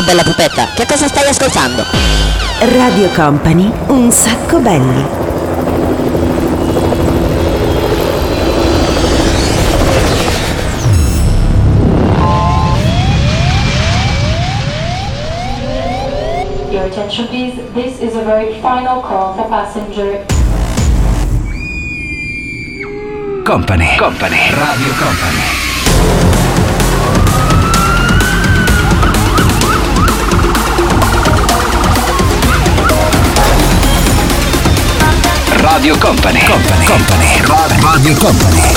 bella pupetta, che cosa stai ascoltando? Radio Company, un sacco belli. Your attention please, this is a very final call for passenger. Company, Radio Company. Radio Company. Radio Company.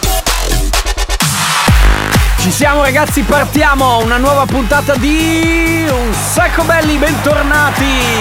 Ci siamo ragazzi, partiamo, una nuova puntata di Un Sacco Belli, bentornati!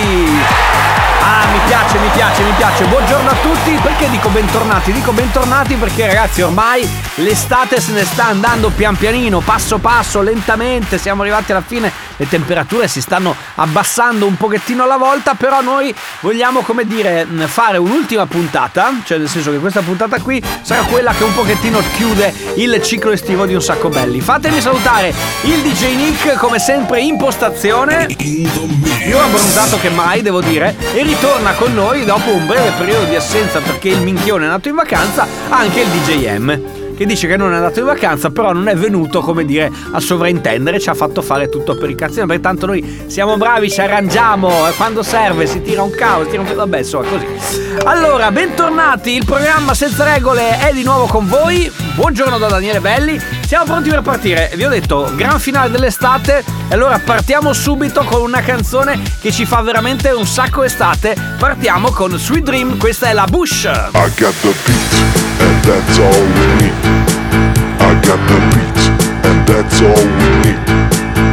Mi piace, buongiorno a tutti. Perché dico bentornati? Dico bentornati perché ragazzi ormai l'estate se ne sta andando pian pianino, passo passo, lentamente, siamo arrivati alla fine, le temperature si stanno abbassando un pochettino alla volta, però noi vogliamo, come dire, fare un'ultima puntata, cioè nel senso che questa puntata qui sarà quella che un pochettino chiude il ciclo estivo di Un Sacco Belli. Fatemi salutare il DJ Nick, come sempre in postazione, più abbronzato che mai devo dire, e ritorna con noi dopo un breve periodo di assenza perché il minchione è andato in vacanza, anche il DJ M, che dice che non è andato in vacanza, però non è venuto, come dire, a sovraintendere, ci ha fatto fare tutto per il cazzino, perché tanto noi siamo bravi, ci arrangiamo, e quando serve si tira un cavo, vabbè, insomma, così. Allora, bentornati, il programma Senza Regole è di nuovo con voi. Buongiorno da Daniele Belli, siamo pronti per partire. Vi ho detto, gran finale dell'estate, e allora partiamo subito con una canzone che ci fa veramente un sacco estate. Partiamo con Sweet Dream, questa è La Bush. I got the beat, and that's all we need. I got the beat, and that's all we need.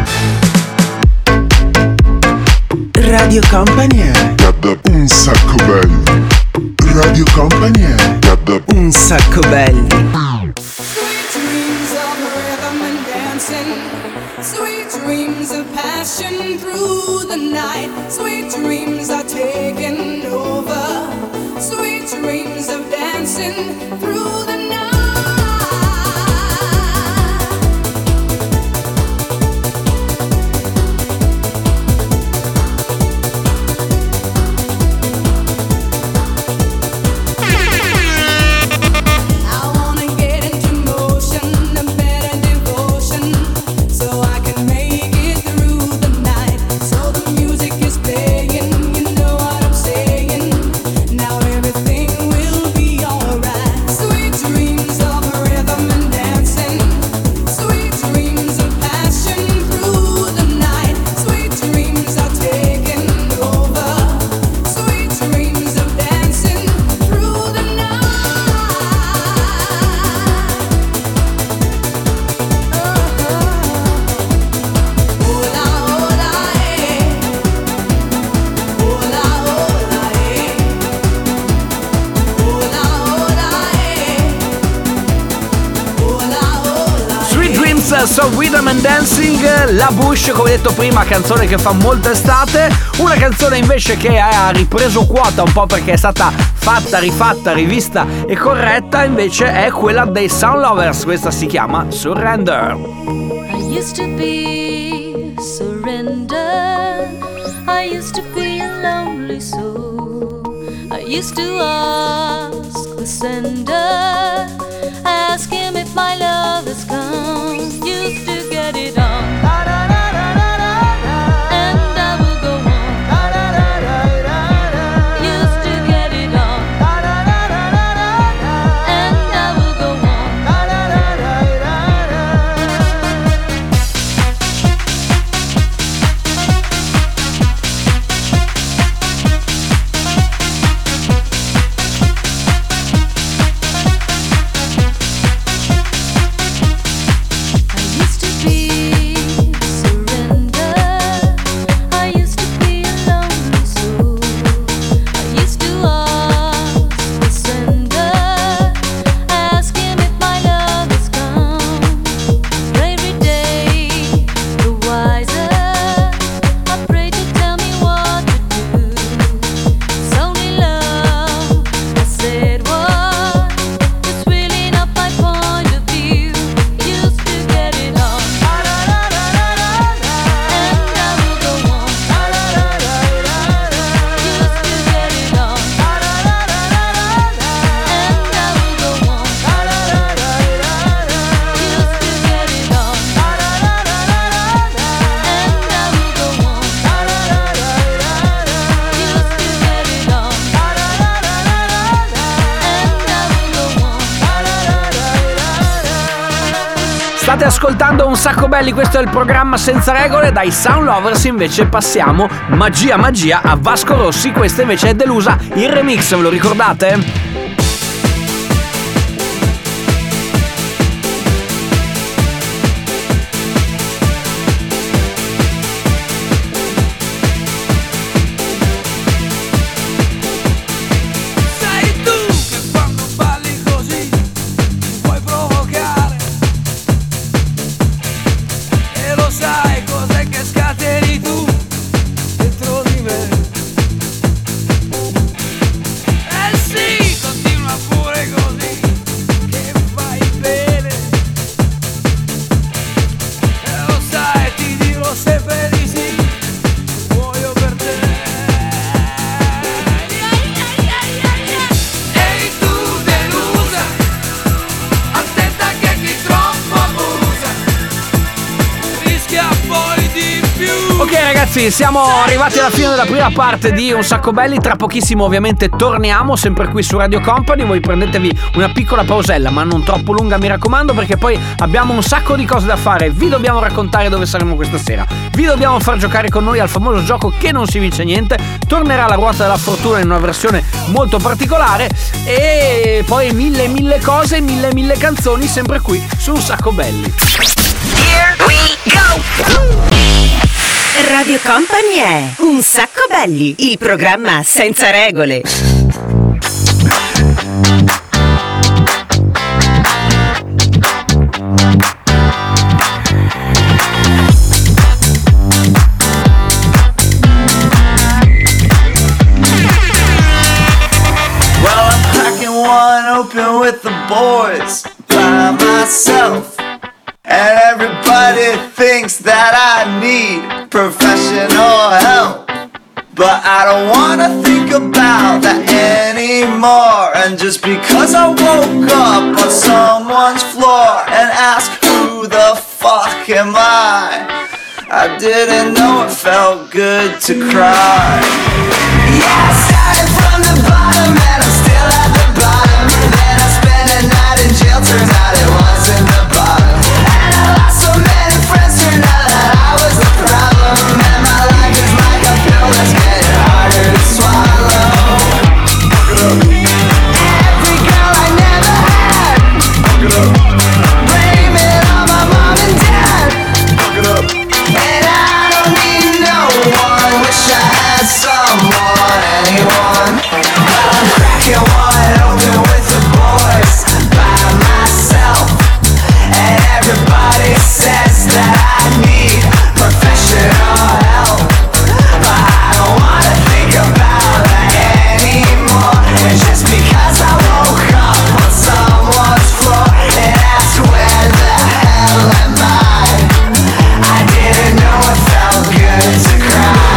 Radio Company Got the Un Sacco Belli. Radio Company got the un sacco belli. Sweet dreams of rhythm and dancing, sweet dreams of passion through the night, sweet dreams are taking over, sweet dreams of dancing through the night. So Rhythm and Dancing, La Bush, come detto prima, canzone che fa molta estate. Una canzone invece che ha ripreso quota un po' perché è stata fatta, rifatta, rivista e corretta, invece è quella dei Sound Lovers. Questa si chiama Surrender. I used to be surrender, I used to feel lonely so, I used to ask the sender, ask him if my love has come, used to get it on, and I will go on, used to get it on, and I will go on. I State ascoltando Un Sacco Belli, questo è il programma senza regole. Dai Sound Lovers invece passiamo magia a Vasco Rossi. Questa invece è Delusa, il remix, ve lo ricordate? Ragazzi, siamo arrivati alla fine della prima parte di Un Sacco Belli. Tra pochissimo ovviamente torniamo sempre qui su Radio Company. Voi prendetevi una piccola pausella, ma non troppo lunga, mi raccomando, perché poi abbiamo un sacco di cose da fare. Vi dobbiamo raccontare dove saremo questa sera, vi dobbiamo far giocare con noi al famoso gioco che non si vince niente. Tornerà la ruota della fortuna in una versione molto particolare, e poi mille cose, mille canzoni, sempre qui su Un Sacco Belli. Here we go! Radio Company è Un Sacco Belli, il programma senza regole. Well, I'm cracking one open with the boys by myself. And everybody thinks that I need professional help, but I don't wanna think about that anymore. And just because I woke up on someone's floor and asked who the fuck am I didn't know it felt good to cry. Yeah, I started from the bottom and I'm still at the bottom. Then I spent a night in jail, turns out it wasn't the bottom. So many friends turned out that I was the problem, and my life is like a pill that's getting harder to swallow. Every girl I never had, blame it on my mom and dad. And I don't need no one, wish I had someone, anyone. But I'm cracking wide open with the boys by myself. And everybody says that I need professional help, but I don't wanna think about that anymore. And just because I woke up on someone's floor and asked where the hell am I didn't know it felt good to cry.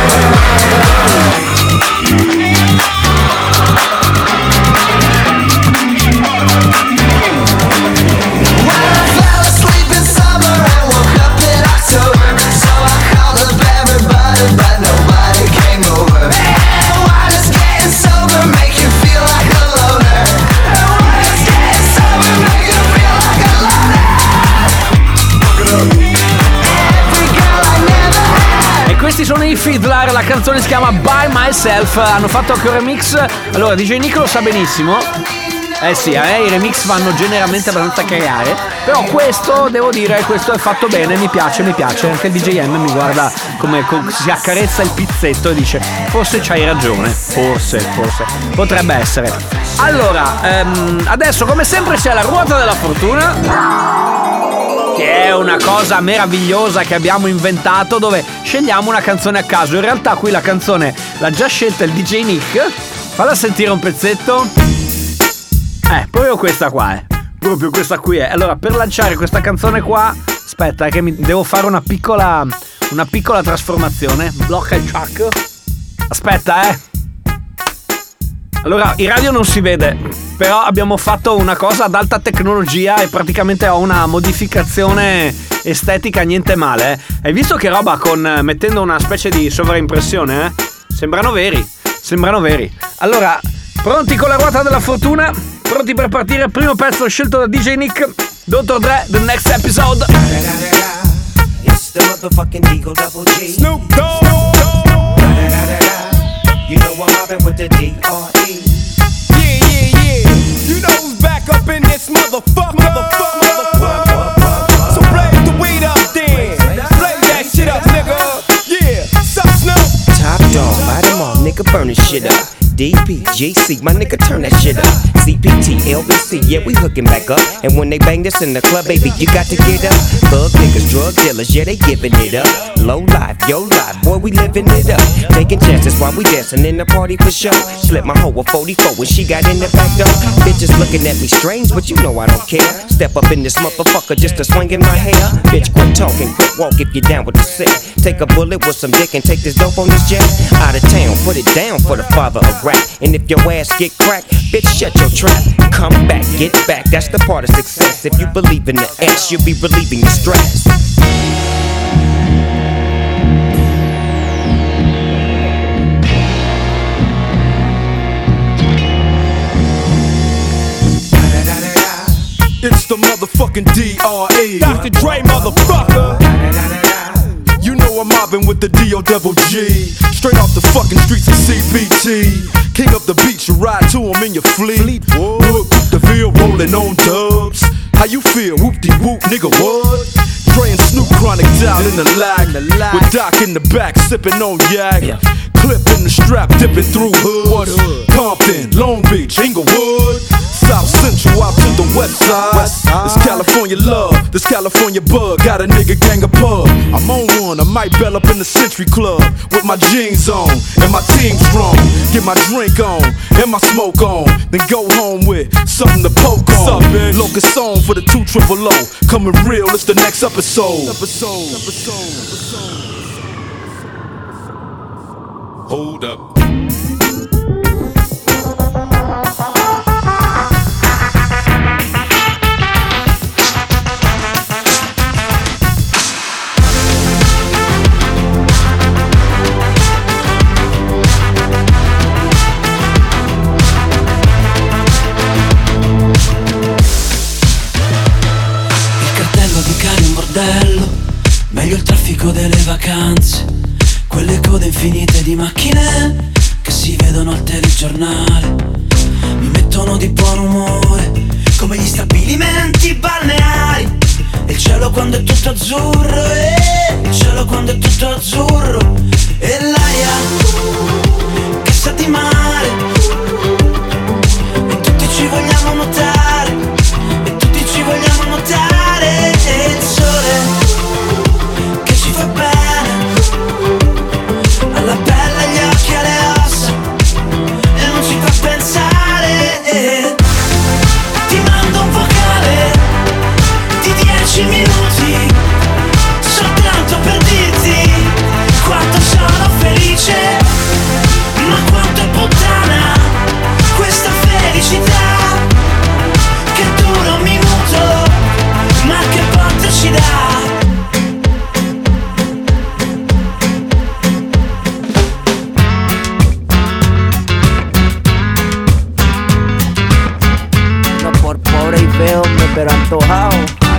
Questi sono i Fiddler, la canzone si chiama By Myself, hanno fatto anche un remix. Allora, DJ Nick lo sa benissimo. Sì, i remix vanno generalmente abbastanza a cagare, però questo, devo dire, questo è fatto bene, mi piace. Anche il DJM mi guarda come si accarezza il pizzetto e dice forse c'hai ragione, forse potrebbe essere. Allora, adesso come sempre c'è la ruota della fortuna, che è una cosa meravigliosa che abbiamo inventato, dove scegliamo una canzone a caso. In realtà qui la canzone l'ha già scelta il DJ Nick. Falla sentire un pezzetto. Proprio questa qua proprio questa qui è. Allora, per lanciare questa canzone qua, aspetta che mi devo fare una piccola trasformazione. Blocca il chuck. Aspetta, Allora, in radio non si vede, però abbiamo fatto una cosa ad alta tecnologia e praticamente ho una modificazione estetica niente male. Hai visto che roba mettendo una specie di sovraimpressione, Sembrano veri. Allora, pronti con la ruota della fortuna? Pronti per partire? Primo pezzo scelto da DJ Nick. Dr. Dre, the next episode. It's the motherfucking Eagle Double G. Snoop Dogg. You know I'm mobbing with the D.R.E. Yeah. You know who's back up in this motherfucker. So blaze the weed up then. Blaze that shit up, nigga. Yeah, sup, Snoop? Top dog, bite them all, nigga, burn this shit up. DPGC, my nigga, turn that shit up. CPT, LBC, yeah, we hooking back up. And when they bang this in the club, baby, you got to get up. Thug niggas, drug dealers, yeah, they giving it up. Low life, yo life, boy, we living it up. Taking chances while we dancing in the party for show. Slip my hoe a 44 when she got in the back door. Bitches looking at me strange, but you know I don't care. Step up in this motherfucker just to swing in my hair. Bitch, quit talking, quit walk if you're down with the sick. Take a bullet with some dick and take this dope on this jet. Out of town, put it down for the father of rap. And if your ass get cracked, bitch, shut your trap. Come back, get back, that's the part of success. If you believe in the ass, you'll be relieving your stress. It's the motherfucking D.R.E. Dr. Dre, motherfucker. You know I'm mobbing with the D.O.G. Straight off the fucking streets of CPT. King up the beach, you ride to him in your fleet. Look, the Ville rolling on dubs. How you feel? Whoop-de-whoop, nigga, what? Dre and Snoop Chronic down in the lag. With Doc in the back, sipping on yak. Clip in the strap, dipping through hoods. Compton, Long Beach, Inglewood. South Central out to the west side. This California love, this California bug. Got a nigga gang of pub. I'm on one, I might bell up in the Century Club. With my jeans on, and my team strong. Get my drink on, and my smoke on. Then go home with something to poke on. Locust song for the 200. Coming real, it's the next episode. Hold up. Meglio il traffico delle vacanze, quelle code infinite di macchine che si vedono al telegiornale. Mi mettono di buon umore, come gli stabilimenti balneari. E il cielo quando è tutto azzurro, il cielo quando è tutto azzurro. E l'aria che sa di mare, e tutti ci vogliamo nuotare, e tutti ci vogliamo nuotare. E il sole che ci fa bene alla pelle, agli occhi, alle ossa, e non ci fa pensare. Ti mando un vocale di 10 minuti soltanto per dirti quanto sono felice, ma quanto è puttana questa felicità che dura un minuto, ma che botta ci dà. Pobre y feo, pero antojado.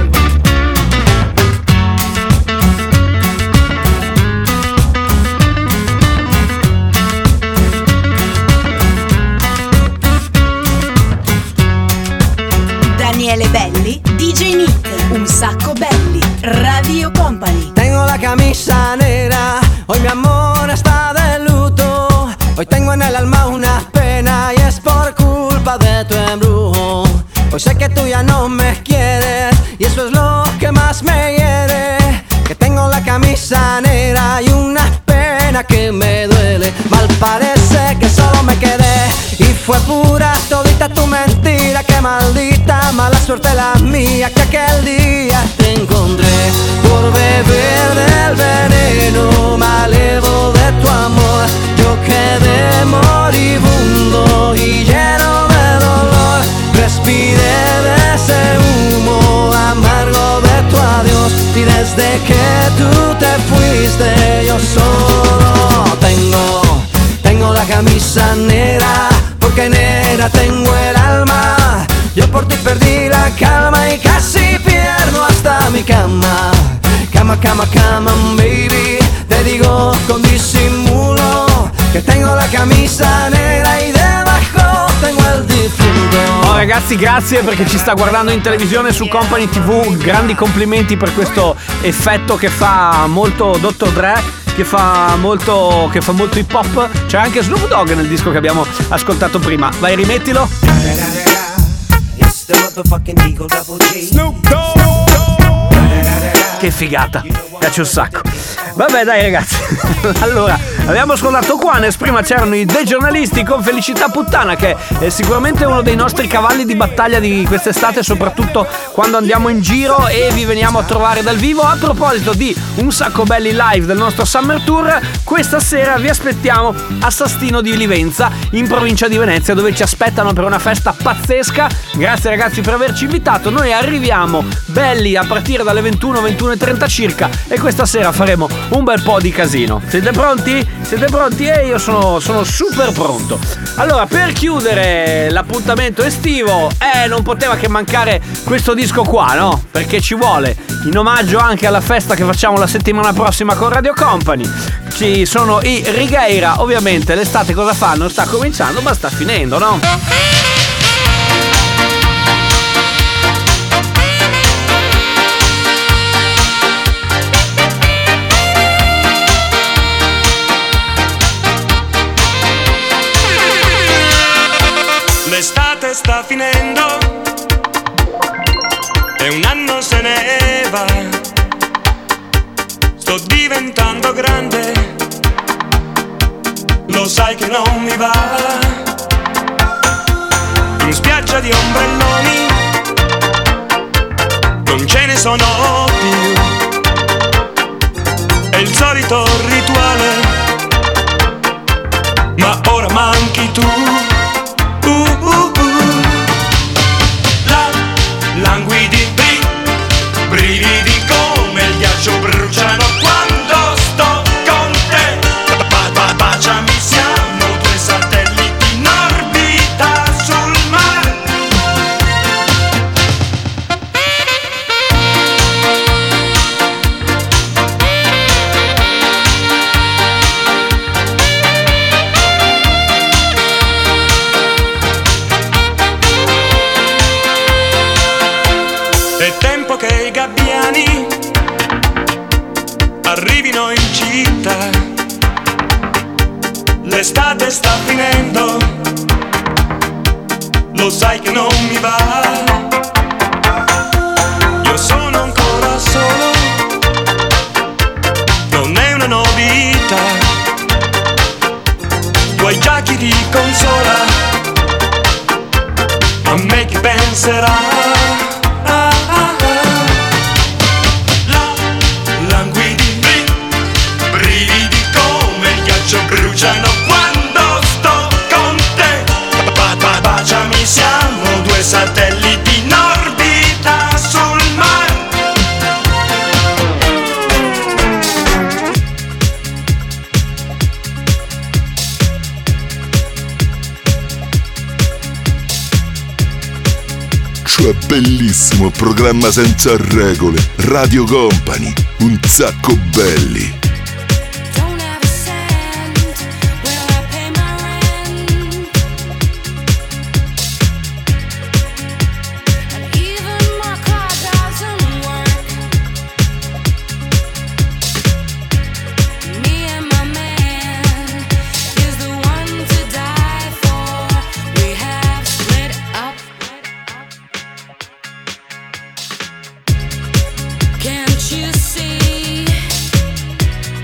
Daniele Belli, DJ Nick, Un Sacco Belli, Radio Company. Tengo la camisa negra, hoy mi amor está de luto. Hoy tengo en el alma una pena y es por culpa de tu embrujo. Hoy sé que tú ya no me quieres y eso es lo que más me hiere. Que tengo la camisa negra y una pena que me duele. Mal parece que solo me quedé y fue pura todita tu mentira. Que maldita mala suerte la mía que aquel día te encontré. Por beber del veneno malevo de tu amor, yo quedé moribundo y lleno de dolor. Respiré de ese humo amargo de tu adiós y desde que tú te fuiste yo solo tengo la camisa negra, porque negra tengo el alma. Yo por ti perdí la calma y casi pierdo hasta mi cama. Cama, cama, cama, baby. Te digo con disimulo que tengo la camisa nera y debajo tengo el difunto. Oh ragazzi, grazie perché ci sta guardando in televisione su Company TV. Grandi complimenti per questo effetto che fa molto Dr. Dre, che fa molto hip hop. C'è anche Snoop Dogg nel disco che abbiamo ascoltato prima. Vai, rimettilo. Snoop Dogg. Che figata, piace un sacco. Vabbè dai ragazzi, allora abbiamo ascoltato Juanes, prima c'erano i dei giornalisti con Felicità Puttana, che è sicuramente uno dei nostri cavalli di battaglia di quest'estate, soprattutto quando andiamo in giro e vi veniamo a trovare dal vivo. A proposito di Un Sacco Belli live del nostro Summer Tour, questa sera vi aspettiamo a Sastino di Livenza, in provincia di Venezia, dove ci aspettano per una festa pazzesca. Grazie ragazzi per averci invitato. Noi arriviamo belli a partire dalle 21:30 circa e questa sera faremo un bel po' di casino. Siete pronti? Siete pronti? Io sono super pronto. Allora, per chiudere l'appuntamento estivo, non poteva che mancare questo disco qua, no? Perché ci vuole, in omaggio anche alla festa che facciamo la settimana prossima con Radio Company. Ci sono i Righeira, ovviamente l'estate cosa fa? Non sta cominciando, ma sta finendo, no? L'estate sta finendo e un anno se ne va. Sto diventando grande, lo sai che non mi va. In spiaggia di ombrelloni non ce ne sono più. È il solito rituale, ma ora manchi tu. Languidi, brividi come il ghiaccio bruciano quando sto con te. Baciami, siamo due satelliti in orbita sul mare. È tempo che i gabbiani arrivino in città. L'estate sta finendo, lo sai che non mi va. Io sono ancora solo, non è una novità. Tu hai già chi ti consola, a me chi penserà. Bruciano quando sto con te. Baciami, siamo due satelliti in orbita sul mare. Cioè bellissimo, programma senza regole, Radio Company, un sacco belli. Can't you see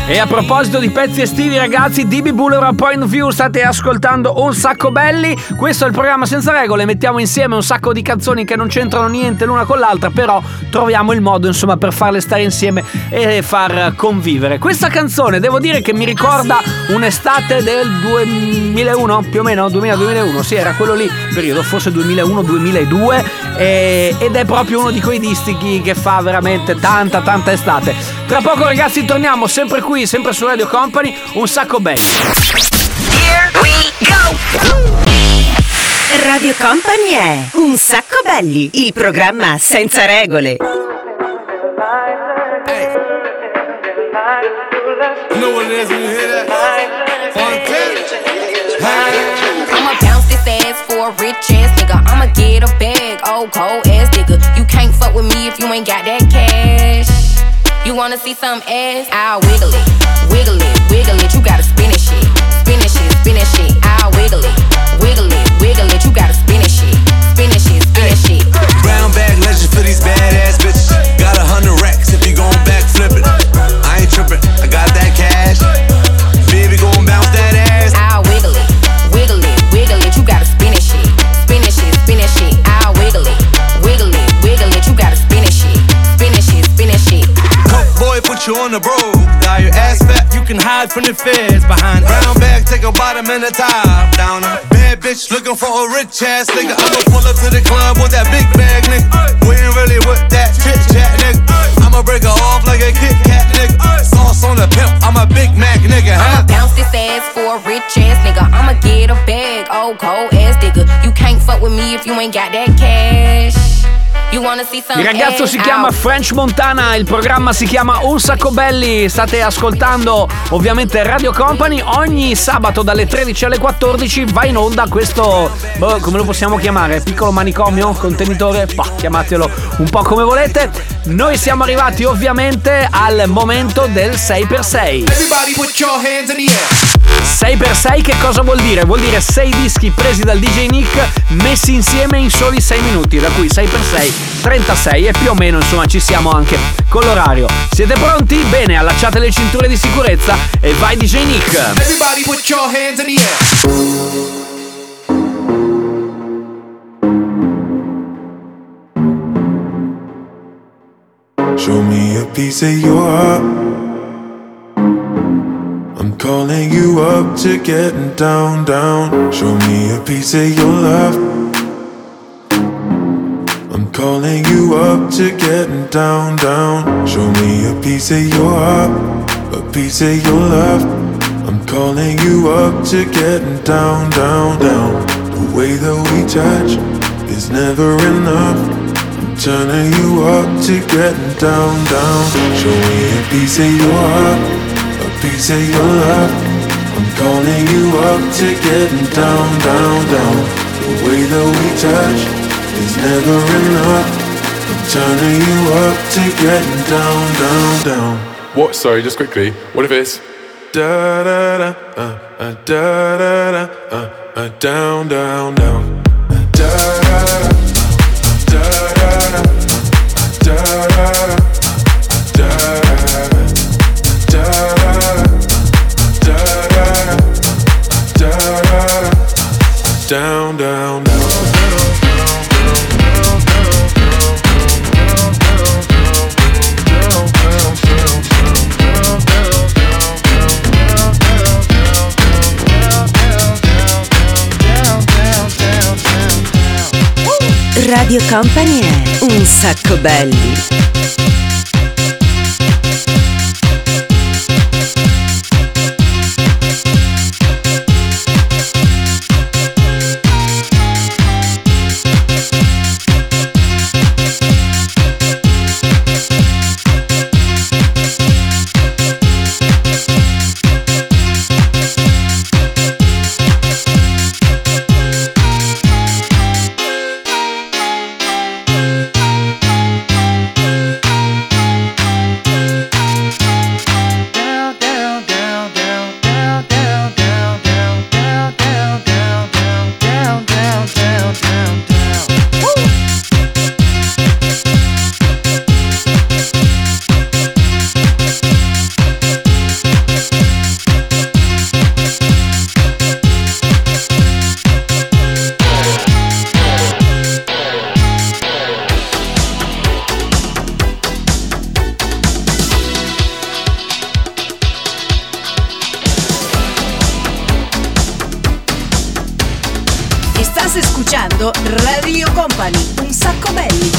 E a proposito di pezzi estivi, ragazzi, DB Boulevard Point View, state ascoltando Un Sacco Belli. Questo è il programma senza regole, mettiamo insieme un sacco di canzoni che non c'entrano niente l'una con l'altra, però troviamo il modo, insomma, per farle stare insieme e far convivere. Questa canzone devo dire che mi ricorda un'estate del 2001, più o meno 2000-2001, sì, era quello lì, periodo forse 2001-2002, ed è proprio uno di quei dischi che fa veramente tanta estate. Tra poco, ragazzi, torniamo sempre qui, sempre su Radio Company, Un Sacco Belli. Here we go! Radio Company è Un Sacco Belli, il programma senza regole. I'ma bounce this ass for a rich ass nigga. I'ma get a bag, old cold ass nigga. You can't fuck with me if you ain't got that cash. You wanna see some ass? I'll wiggle it, wiggle it, wiggle it. You gotta spin it shit, spin it shit, spin it shit. I'll wiggle it, wiggle it, wiggle it. You gotta spin it shit, spin it shit, spin it shit. Brown bag legend for these badass bitches. Got 100 racks if you gon' back flip it. I ain't trippin', I got that cash. Baby gon' bounce that ass. I'll wiggle it, wiggle it, wiggle it. You gotta spin it shit, spin it shit, spin it shit. I'll wiggle it, wiggle it, wiggle it. You gotta spin it shit, spin it shit, spin it shit. Boy, put you on the road. Got your ass fat, you can hide from the feds. Behind brown bag, take a bottom and a top down. Bad bitch looking for a rich ass nigga. I'ma pull up to the club with that big bag, nigga. We ain't really with that chit chat, nigga. I'ma break her off like a Kit Kat, nigga. Sauce on the pimp, I'm a Big Mac, nigga. I'ma bounce this ass for a rich ass nigga. I'ma get a bag, old cold ass nigga. You can't fuck with me if you ain't got that cash. You wanna see some Il ragazzo si chiama French Montana, il programma si chiama Un Sacco Belli. State ascoltando ovviamente Radio Company. Ogni sabato dalle 13 alle 14 va in onda questo, come lo possiamo chiamare? Piccolo manicomio? Contenitore? Chiamatelo un po' come volete. Noi siamo arrivati ovviamente al momento del 6x6. Everybody put your hands in the air. 6x6 che cosa vuol dire? Vuol dire 6 dischi presi dal DJ Nick messi insieme in soli 6 minuti, da cui 6x6 36 e più o meno insomma ci siamo anche con l'orario. Siete pronti? Bene, allacciate le cinture di sicurezza e vai DJ Nick. Everybody put your hands in the air. Show me a piece of your heart. I'm calling you up to getting down, down. Show me a piece of your love. I'm calling you up to getting down, down. Show me a piece of your heart, a piece of your love. I'm calling you up to getting down, down, down. The way that we touch is never enough. I'm turning you up to getting down, down. Show me a piece of your heart, piece of your love. I'm calling you up to getting down, down, down. The way that we touch is never enough. I'm turning you up to getting down, down, down. What? Sorry, just quickly. What if it's da da da da da da down, down, down. Da da da da da da da da. Down, down, down. Radio Company è Un Sacco Belli. ascoltando Radio Company, un sacco belli.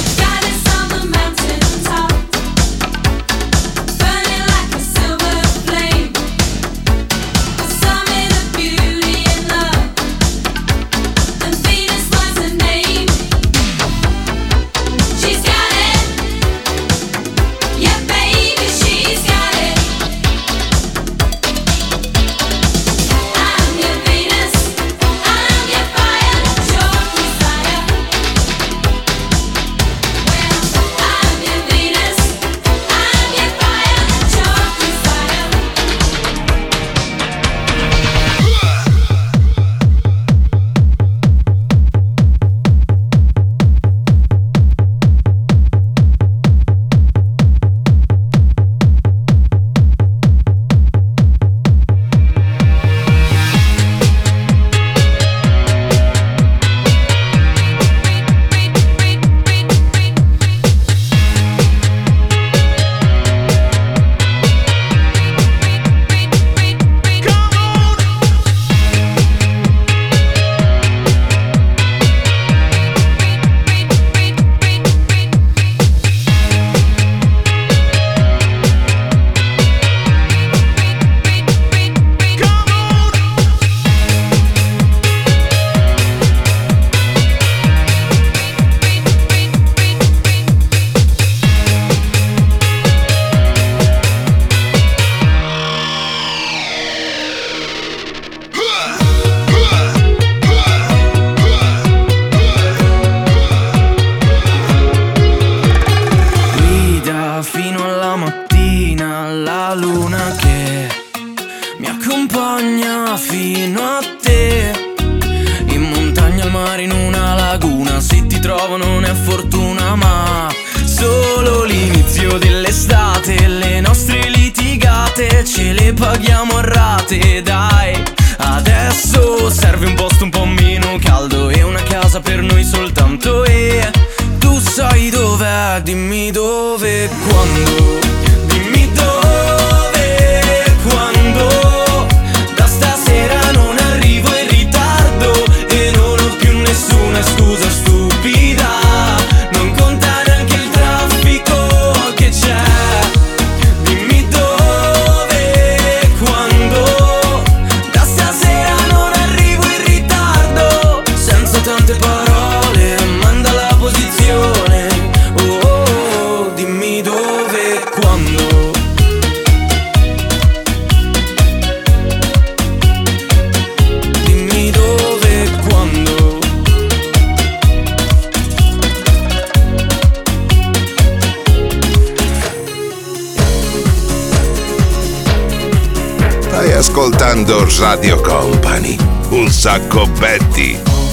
Ascoltando Radio Company, un sacco belli.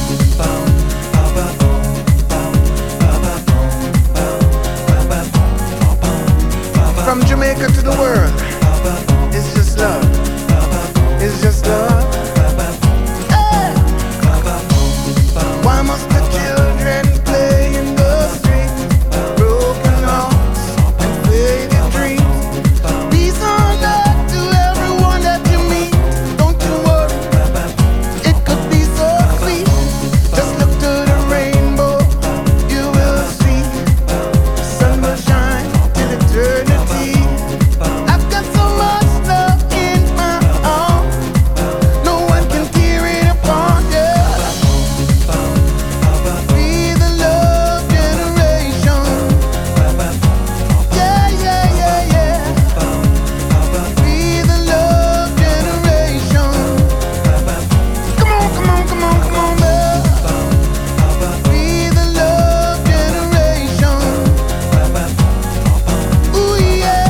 From Jamaica to the world, it's just love. It's just love. Hey. Why must the children play in the streets? Broken hearts and faded dreams. These are love to everyone that you meet. Don't you worry, it could be so sweet. Just look to the rainbow, you will see. Sun will shine till eternity. I've got so much love in my arms, no one can tear it apart, yeah. Be the love generation. Yeah, yeah, yeah, yeah. Be the love generation. Come on, come on, come on, come on, babe. Be the love generation. Ooh, yeah.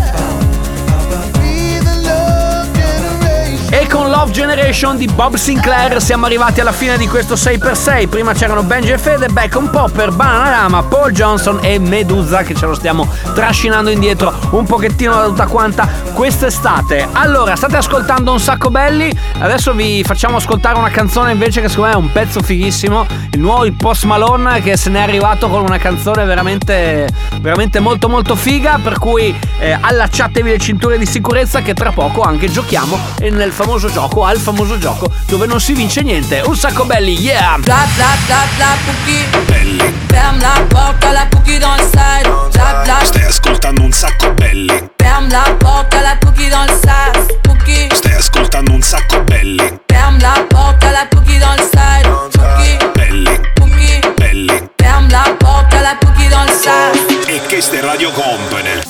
Be the love generation. E con Love Generation di Bob Sinclair siamo arrivati alla fine di questo 6x6. Prima c'erano Benji e Fede, Bacon Popper, Bananarama, Paul Johnson e Medusa, che ce lo stiamo trascinando indietro un pochettino da tutta quanta quest'estate. Allora, state ascoltando Un Sacco Belli. Adesso vi facciamo ascoltare una canzone invece che secondo me è un pezzo fighissimo. Il nuovo di Post Malone, che se n'è arrivato con una canzone veramente molto molto figa. Per cui allacciatevi le cinture di sicurezza, che tra poco anche giochiamo nel famoso gioco qua il famoso gioco dove non si vince niente. Un sacco belli, yeah! Bla bla bla bla Cookie. Belli. Ferme la porta, la Cookie dans le side. Bla bla. Stai ascoltando un sacco belli. Ferme la porta, la Cookie dans le side. Cookie. Stai ascoltando un sacco belli. Ferme la porta, la Cookie dans le side. Cookie. Belli. Cookie. Belli. Ferme la porta, la Cookie dans le side. E che ste Radio Company.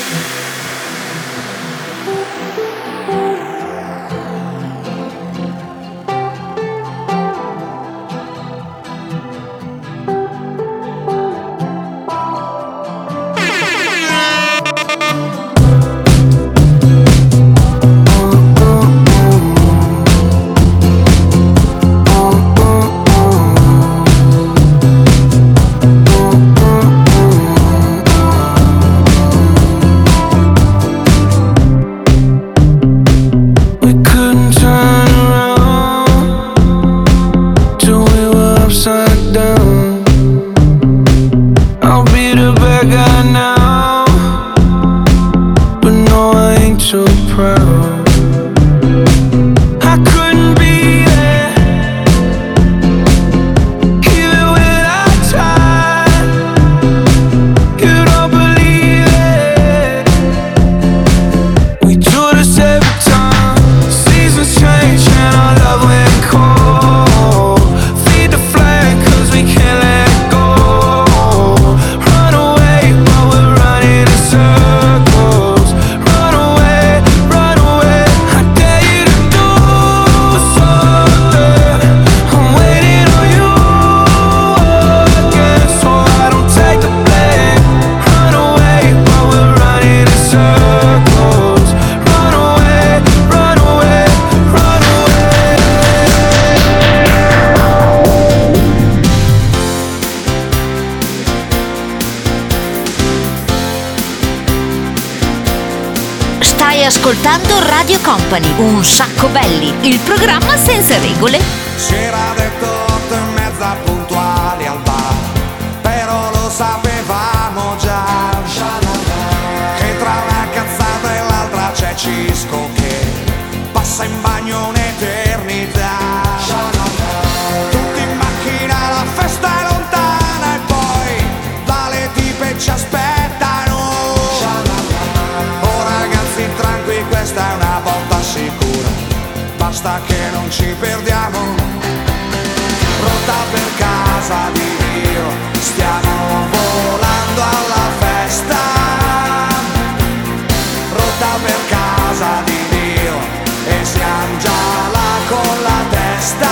Ascoltando Radio Company, un sacco belli, il programma senza regole. C'era detto 8:30 puntuali al bar, però lo sapevamo già, che tra una cazzata e l'altra c'è Cisco che passa in bagno un'eternità. Tutti in macchina, la festa è lontana e poi dalle tipe ci aspettano. Questa è una botta sicura, basta che non ci perdiamo. Rotta per casa di Dio, stiamo volando alla festa. Rotta per casa di Dio e siamo già là con la testa.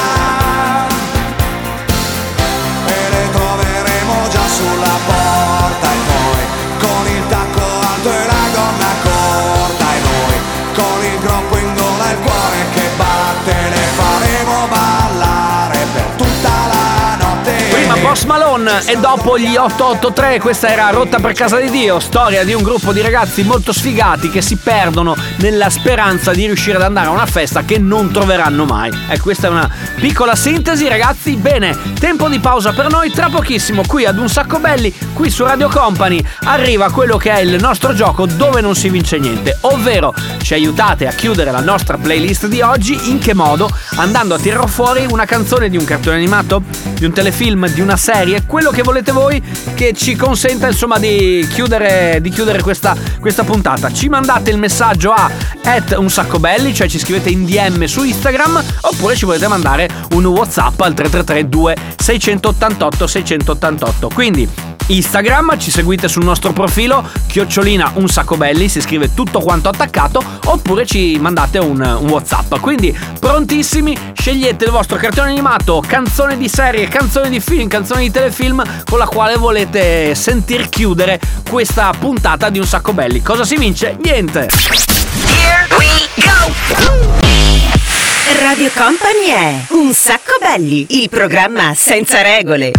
E le troveremo già sulla porta e poi con il tacco alto e la gonna corta. Con il groppo in gola e il cuore che batte, le faremo ballare per tutta la notte. Prima Post Malone e dopo gli 883, questa era Rotta per casa di Dio, storia di un gruppo di ragazzi molto sfigati che si perdono nella speranza di riuscire ad andare a una festa che non troveranno mai. E questa è una piccola sintesi, ragazzi. Bene, tempo di pausa per noi, tra pochissimo qui ad Un Sacco Belli, qui su Radio Company, arriva quello che è il nostro gioco dove non si vince niente, ovvero ci aiutate a chiudere la nostra playlist di oggi. In che modo? Andando a tirare fuori una canzone di un cartone animato, di un telefilm, di una serie, quello che volete voi, che ci consenta insomma di chiudere questa puntata. Ci mandate il messaggio a @unsaccoBelli, cioè ci scrivete in DM su Instagram, oppure ci volete mandare un WhatsApp al 333 2688 688. Quindi Instagram, ci seguite sul nostro profilo @unsaccoBelli, si scrive tutto quanto attaccato, oppure ci mandate un WhatsApp. Quindi prontissimi, scegliete il vostro cartone animato, canzone di serie, canzone di film, canzone di telefilm con la quale volete sentir chiudere questa puntata di Un Sacco Belli. Cosa si vince? Niente. Here we go! Radio Company è Un Sacco Belli, il programma senza regole.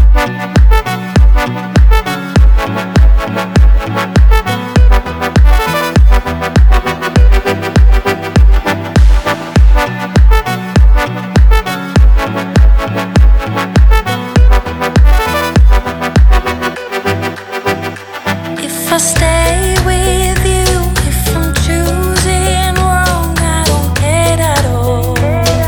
If I stay with you, if I'm choosing wrong, I don't care at all.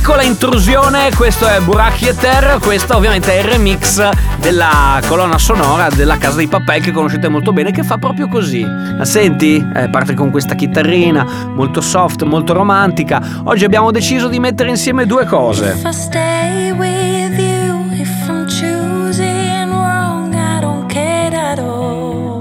Piccola intrusione, questo è Buracchi e Ter, questa ovviamente è il remix della colonna sonora della Casa dei Papel che conoscete molto bene, che fa proprio così. La senti? Parte con questa chitarrina molto soft, molto romantica. Oggi abbiamo deciso di mettere insieme due cose. If I stay with you, if I'm choosing wrong, I don't care at all.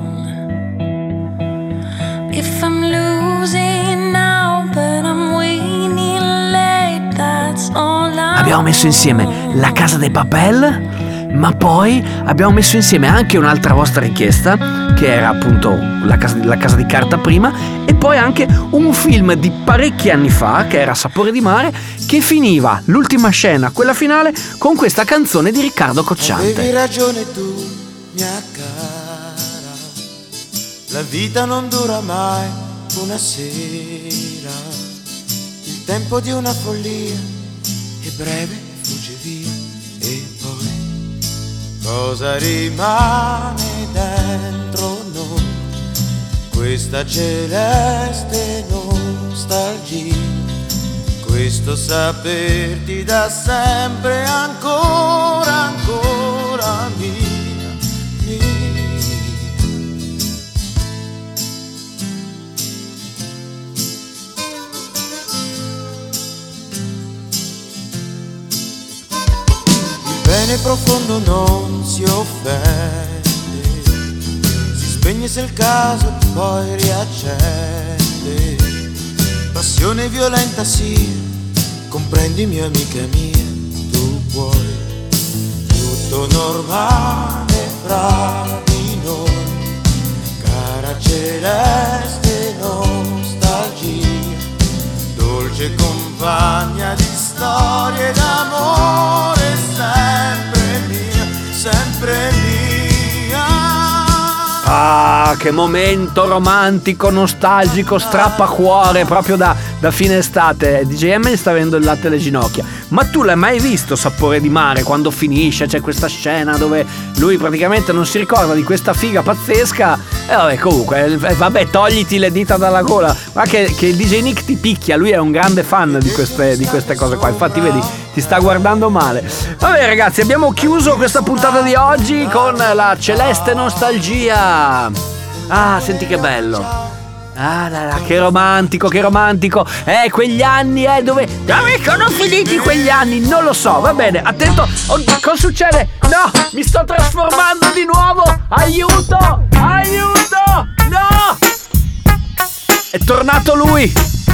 If I'm losing now, but I'm winning late, that's all I Abbiamo messo insieme la Casa dei Papel, ma poi abbiamo messo insieme anche un'altra vostra richiesta, che era appunto la casa di carta prima, e poi anche un film di parecchi anni fa, che era Sapore di mare, che finiva l'ultima scena, quella finale, con questa canzone di Riccardo Cocciante. Avevi ragione tu, mia cara, la vita non dura mai una sera, il tempo di una follia è breve, fugge via, e poi cosa rimane dentro noi? Questa celeste nostalgia, questo saperti da sempre ancora, ancora mia, mia. Il bene profondo non si offende, si spegne se il caso poi riaccende. Passione violenta sia, comprendimi amica mia, tu puoi, tutto normale fra di noi, cara celeste nostalgia, dolce compagna di storie d'amore, sempre mia, sempre mia. Ah, che momento romantico, nostalgico, strappacuore, proprio da fine estate. DJM gli sta avendo il latte alle ginocchia. Ma tu l'hai mai visto Sapore di mare? Quando finisce c'è questa scena dove lui praticamente non si ricorda di questa figa pazzesca. E vabbè, comunque, vabbè, togliti le dita dalla gola. Guarda che il DJ Nick ti picchia, lui è un grande fan di queste cose qua. Infatti vedi, ti sta guardando male. Vabbè ragazzi, abbiamo chiuso questa puntata di oggi con la celeste nostalgia. Ah, senti che bello. Ah, che romantico, che romantico. Quegli anni, dove sono finiti quegli anni? Non lo so, va bene, attento. Oddio, cosa succede? No, mi sto trasformando di nuovo. Aiuto, aiuto, no. È tornato lui,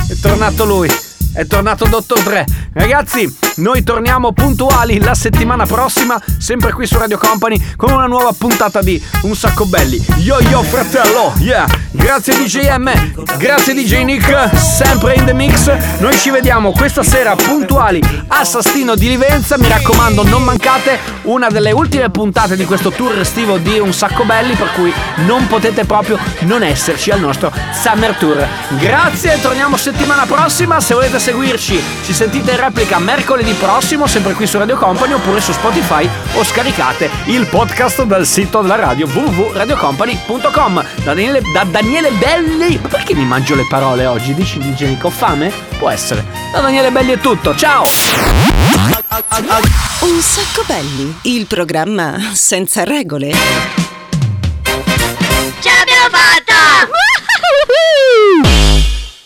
è tornato Dottor Dre. Ragazzi, noi torniamo puntuali la settimana prossima, sempre qui su Radio Company, con una nuova puntata di Un Sacco Belli. Yo fratello, yeah. Grazie DJM, grazie DJ Nick, sempre in the mix. Noi ci vediamo questa sera puntuali a Sastino di Livenza. Mi raccomando, non mancate, una delle ultime puntate di questo tour estivo di Un Sacco Belli, per cui non potete proprio non esserci al nostro Summer Tour. Grazie, torniamo settimana prossima. Se volete seguirci, ci sentite in replica mercoledì prossimo, sempre qui su Radio Company, oppure su Spotify, o scaricate il podcast dal sito della radio www.radiocompany.com. Da Daniele Belli. Perché mi mangio le parole oggi? Dici di Nick, ho fame? Può essere. Da Daniele Belli è tutto, ciao. Un Sacco Belli, il programma senza regole.